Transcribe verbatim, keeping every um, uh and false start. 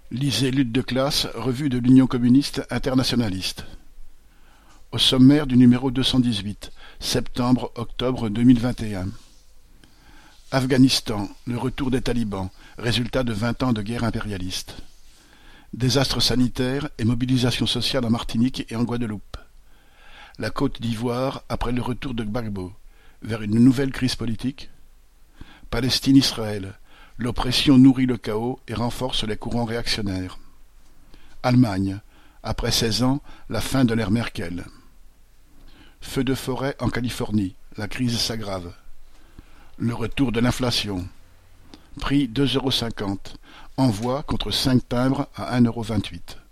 Lisez Lutte de classe, revue de l'Union communiste internationaliste. Au sommaire du numéro deux cent dix-huit, septembre-octobre deux mille vingt et un. Afghanistan, le retour des talibans, résultat de vingt ans de guerre impérialiste. Désastre sanitaire et mobilisation sociale en Martinique et en Guadeloupe. La Côte d'Ivoire après le retour de Gbagbo, vers une nouvelle crise politique. Palestine-Israël, l'oppression nourrit le chaos et renforce les courants réactionnaires. Allemagne, après seize ans, la fin de l'ère Merkel. Feux de forêt en Californie, la crise s'aggrave. Le retour de l'inflation. Prix deux euros cinquante, envoi contre cinq timbres à un euro vingt-huit.